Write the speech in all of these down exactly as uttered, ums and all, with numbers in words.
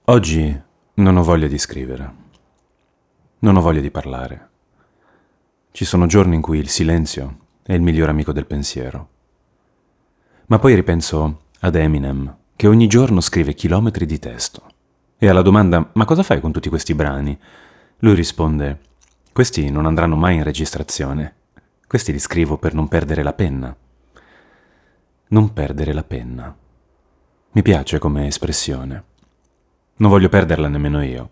Oggi non ho voglia di scrivere, non ho voglia di parlare. Ci sono giorni in cui il silenzio è il miglior amico del pensiero. Ma poi ripenso ad Eminem, che ogni giorno scrive chilometri di testo. E alla domanda «Ma cosa fai con tutti questi brani?» lui risponde «Questi non andranno mai in registrazione. Questi li scrivo per non perdere la penna». Non perdere la penna. Mi piace come espressione. Non voglio perderla nemmeno io.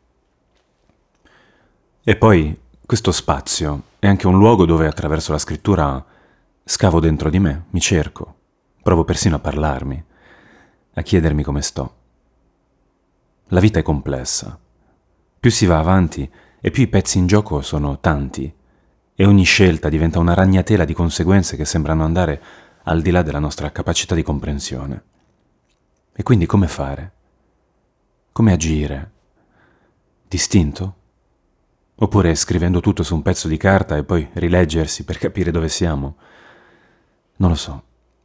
E poi questo spazio è anche un luogo dove attraverso la scrittura scavo dentro di me, mi cerco, provo persino a parlarmi, a chiedermi come sto. La vita è complessa. Più si va avanti e più i pezzi in gioco sono tanti e ogni scelta diventa una ragnatela di conseguenze che sembrano andare al di là della nostra capacità di comprensione. E quindi come fare? Come agire? Distinto? Oppure scrivendo tutto su un pezzo di carta e poi rileggersi per capire dove siamo? Non lo so.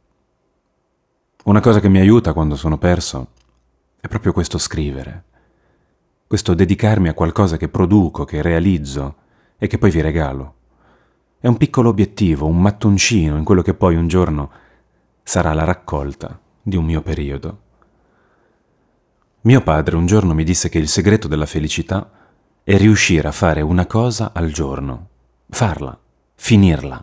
Una cosa che mi aiuta quando sono perso è proprio questo scrivere, questo dedicarmi a qualcosa che produco, che realizzo e che poi vi regalo. È un piccolo obiettivo, un mattoncino in quello che poi un giorno sarà la raccolta di un mio periodo. Mio padre un giorno mi disse che il segreto della felicità è riuscire a fare una cosa al giorno, farla, finirla.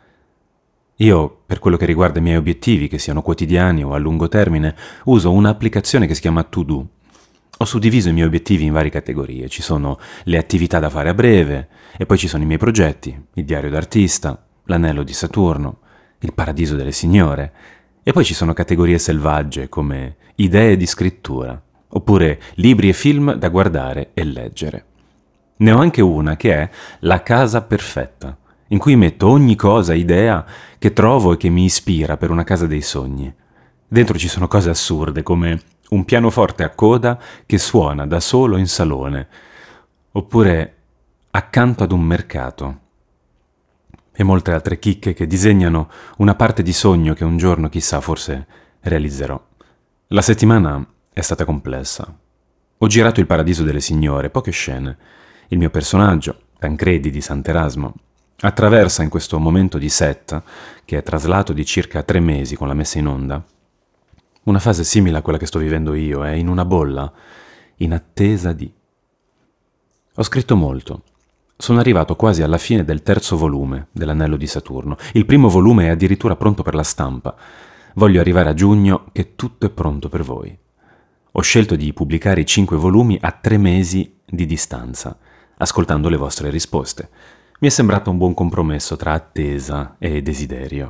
Io, per quello che riguarda i miei obiettivi, che siano quotidiani o a lungo termine, uso un'applicazione che si chiama To Do. Ho suddiviso i miei obiettivi in varie categorie. Ci sono le attività da fare a breve, e poi ci sono i miei progetti, il diario d'artista, l'anello di Saturno, il paradiso delle signore, e poi ci sono categorie selvagge come idee di scrittura, oppure libri e film da guardare e leggere. Ne ho anche una che è la casa perfetta, in cui metto ogni cosa, idea che trovo e che mi ispira per una casa dei sogni. Dentro ci sono cose assurde come un pianoforte a coda che suona da solo in salone, oppure accanto ad un mercato, e molte altre chicche che disegnano una parte di sogno che un giorno, chissà, forse realizzerò. La settimana è stata complessa. Ho girato il paradiso delle signore, poche scene. Il mio personaggio, Tancredi di Sant'Erasmo, attraversa in questo momento di set, che è traslato di circa tre mesi con la messa in onda, una fase simile a quella che sto vivendo io, è in una bolla, in attesa di. Ho scritto molto. Sono arrivato quasi alla fine del terzo volume dell'Anello di Saturno. Il primo volume è addirittura pronto per la stampa. Voglio arrivare a giugno che tutto è pronto per voi. Ho scelto di pubblicare i cinque volumi a tre mesi di distanza, ascoltando le vostre risposte. Mi è sembrato un buon compromesso tra attesa e desiderio.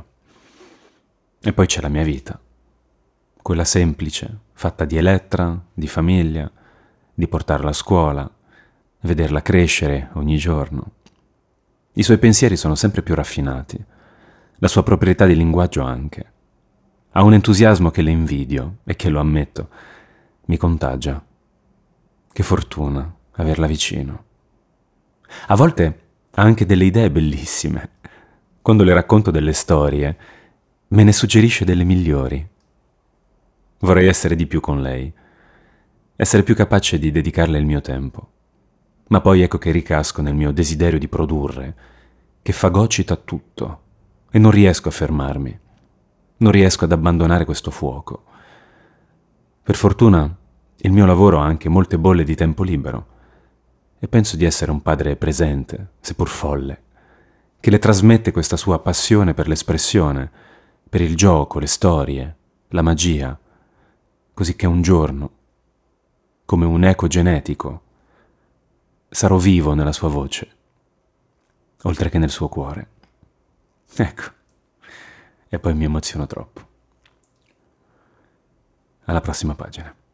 E poi c'è la mia vita, quella semplice, fatta di Elettra, di famiglia, di portarla a scuola, vederla crescere ogni giorno. I suoi pensieri sono sempre più raffinati, la sua proprietà di linguaggio anche. Ha un entusiasmo che le invidio e che, lo ammetto, mi contagia. Che fortuna averla vicino. A volte ha anche delle idee bellissime. Quando le racconto delle storie, me ne suggerisce delle migliori. Vorrei essere di più con lei, essere più capace di dedicarle il mio tempo. Ma poi ecco che ricasco nel mio desiderio di produrre, che fagocita tutto, e non riesco a fermarmi. Non riesco ad abbandonare questo fuoco. Per fortuna, il mio lavoro ha anche molte bolle di tempo libero, e penso di essere un padre presente, seppur folle, che le trasmette questa sua passione per l'espressione, per il gioco, le storie, la magia, così che un giorno, come un eco genetico, sarò vivo nella sua voce, oltre che nel suo cuore. Ecco, e poi mi emoziono troppo. Alla prossima pagina.